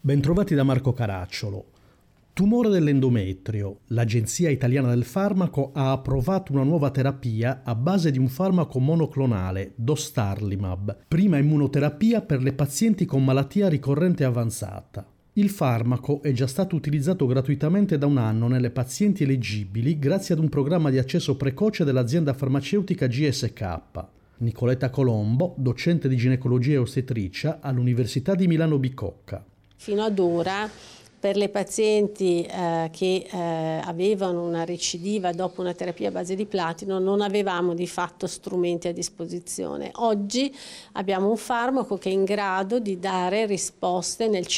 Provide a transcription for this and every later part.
Bentrovati da Marco Caracciolo. Tumore dell'endometrio. L'Agenzia Italiana del Farmaco ha approvato una nuova terapia a base di un farmaco monoclonale, Dostarlimab, prima immunoterapia per le pazienti con malattia ricorrente avanzata. Il farmaco è già stato utilizzato gratuitamente da un anno nelle pazienti eleggibili grazie ad un programma di accesso precoce dell'azienda farmaceutica GSK. Nicoletta Colombo, docente di ginecologia e ostetricia all'Università di Milano Bicocca. Fino ad ora per le pazienti che avevano una recidiva dopo una terapia a base di platino non avevamo di fatto strumenti a disposizione. Oggi abbiamo un farmaco che è in grado di dare risposte nel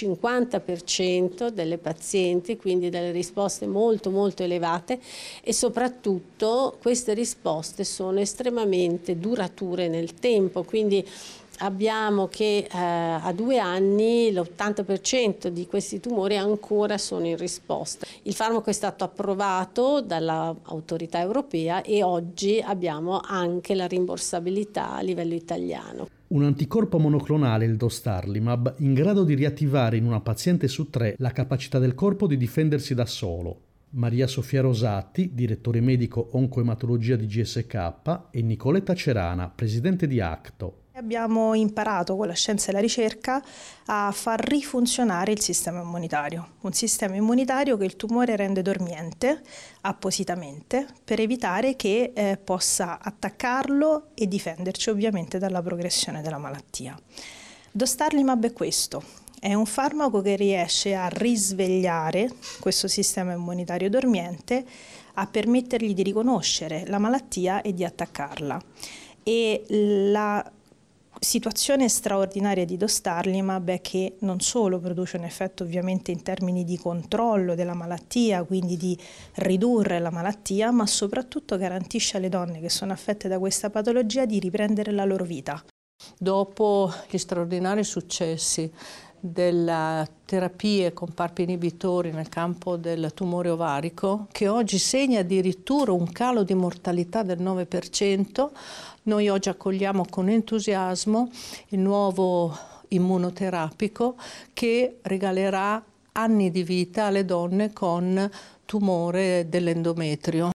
50% delle pazienti, quindi delle risposte molto molto elevate, e soprattutto queste risposte sono estremamente durature nel tempo, quindi abbiamo che a 2 anni l'80% di questi tumori ancora sono in risposta. Il farmaco è stato approvato dall'autorità europea e oggi abbiamo anche la rimborsabilità a livello italiano. Un anticorpo monoclonale, il Dostarlimab, in grado di riattivare in una paziente su 3 la capacità del corpo di difendersi da solo. Maria Sofia Rosatti, direttore medico oncoematologia di GSK, e Nicoletta Cerana, presidente di ACTO. Abbiamo imparato con la scienza e la ricerca a far rifunzionare il sistema immunitario, un sistema immunitario che il tumore rende dormiente appositamente per evitare che possa attaccarlo e difenderci ovviamente dalla progressione della malattia. Dostarlimab è questo. È un farmaco che riesce a risvegliare questo sistema immunitario dormiente, a permettergli di riconoscere la malattia e di attaccarla. E la situazione straordinaria di Dostarlimab è che non solo produce un effetto ovviamente in termini di controllo della malattia, quindi di ridurre la malattia, ma soprattutto garantisce alle donne che sono affette da questa patologia di riprendere la loro vita. Dopo gli straordinari successi delle terapie con PARP inibitori nel campo del tumore ovarico, che oggi segna addirittura un calo di mortalità del 9%, noi oggi accogliamo con entusiasmo il nuovo immunoterapico che regalerà anni di vita alle donne con tumore dell'endometrio.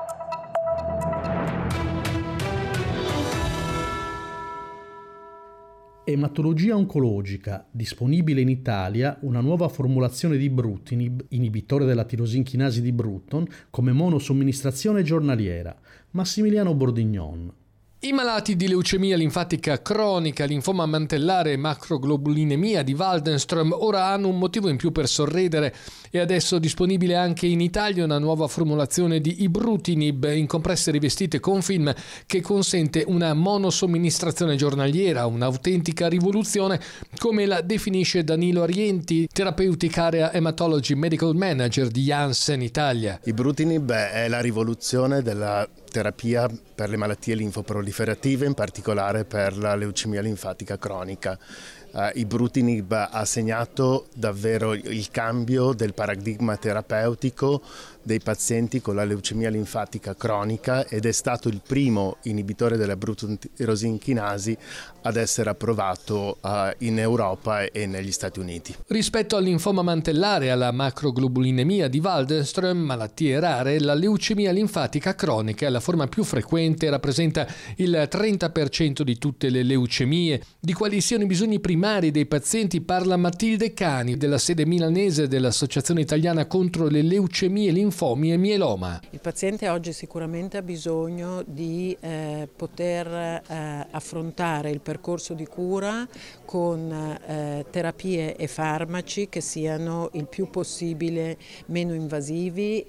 Ematologia oncologica, disponibile in Italia una nuova formulazione di Ibrutinib, inibitore della tirosinchinasi di Bruton, come monosomministrazione giornaliera. Massimiliano Bordignon. I malati di leucemia linfatica cronica, linfoma mantellare e macroglobulinemia di Waldenström ora hanno un motivo in più per sorridere. È adesso disponibile anche in Italia una nuova formulazione di Ibrutinib in compresse rivestite con film che consente una monosomministrazione giornaliera, un'autentica rivoluzione, come la definisce Danilo Arienti, Therapeutic Area Hematology Medical Manager di Janssen Italia. Ibrutinib è la rivoluzione della terapia per le malattie linfoproliferative, in particolare per la leucemia linfatica cronica. Ibrutinib ha segnato davvero il cambio del paradigma terapeutico dei pazienti con la leucemia linfatica cronica ed è stato il primo inibitore della Bruton tirosinchinasi ad essere approvato in Europa e negli Stati Uniti. Rispetto al linfoma mantellare e alla macroglobulinemia di Waldenström, malattie rare, la leucemia linfatica cronica è la forma più frequente e rappresenta il 30% di tutte le leucemie. Di quali siano i bisogni primari dei pazienti parla Matilde Cani, della sede milanese dell'Associazione Italiana contro le leucemie, linfomi e mieloma. Il paziente oggi sicuramente ha bisogno di poter affrontare il percorso di cura con terapie e farmaci che siano il più possibile meno invasivi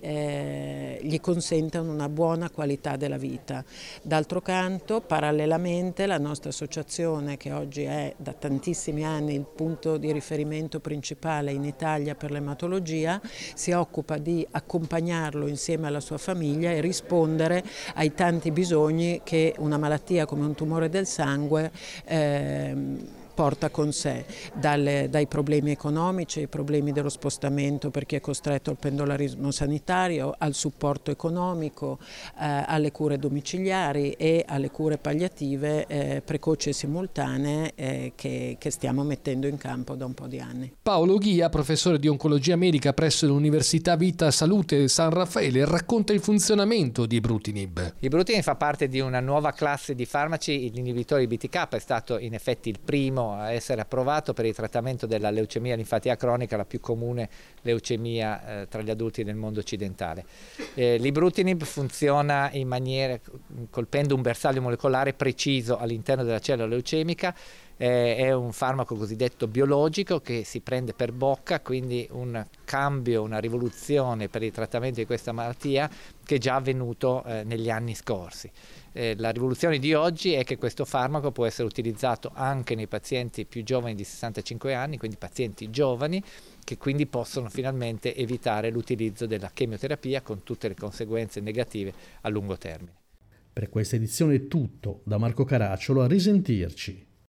e gli consentano una buona qualità della vita. D'altro canto, parallelamente, la nostra associazione, che oggi è da tantissimi anni il punto di riferimento principale in Italia per l'ematologia, si occupa di accompagnarlo insieme alla sua famiglia e rispondere ai tanti bisogni che una malattia come un tumore del sangue porta con sé, dai problemi economici, ai problemi dello spostamento per chi è costretto al pendolarismo sanitario, al supporto economico, alle cure domiciliari e alle cure palliative precoci e simultanee che stiamo mettendo in campo da un po' di anni. Paolo Ghia, professore di oncologia medica presso l'Università Vita Salute San Raffaele, racconta il funzionamento di Ibrutinib. Ibrutinib fa parte di una nuova classe di farmaci, l'inibitore BTK è stato in effetti il primo a essere approvato per il trattamento della leucemia linfatica cronica, la più comune leucemia tra gli adulti nel mondo occidentale. L'Ibrutinib funziona in maniera colpendo un bersaglio molecolare preciso all'interno della cellula leucemica. È un farmaco cosiddetto biologico che si prende per bocca, quindi un cambio, una rivoluzione per il trattamento di questa malattia che è già avvenuto negli anni scorsi. La rivoluzione di oggi è che questo farmaco può essere utilizzato anche nei pazienti più giovani di 65 anni, quindi pazienti giovani, che quindi possono finalmente evitare l'utilizzo della chemioterapia con tutte le conseguenze negative a lungo termine. Per questa edizione è tutto, da Marco Caracciolo, a risentirci.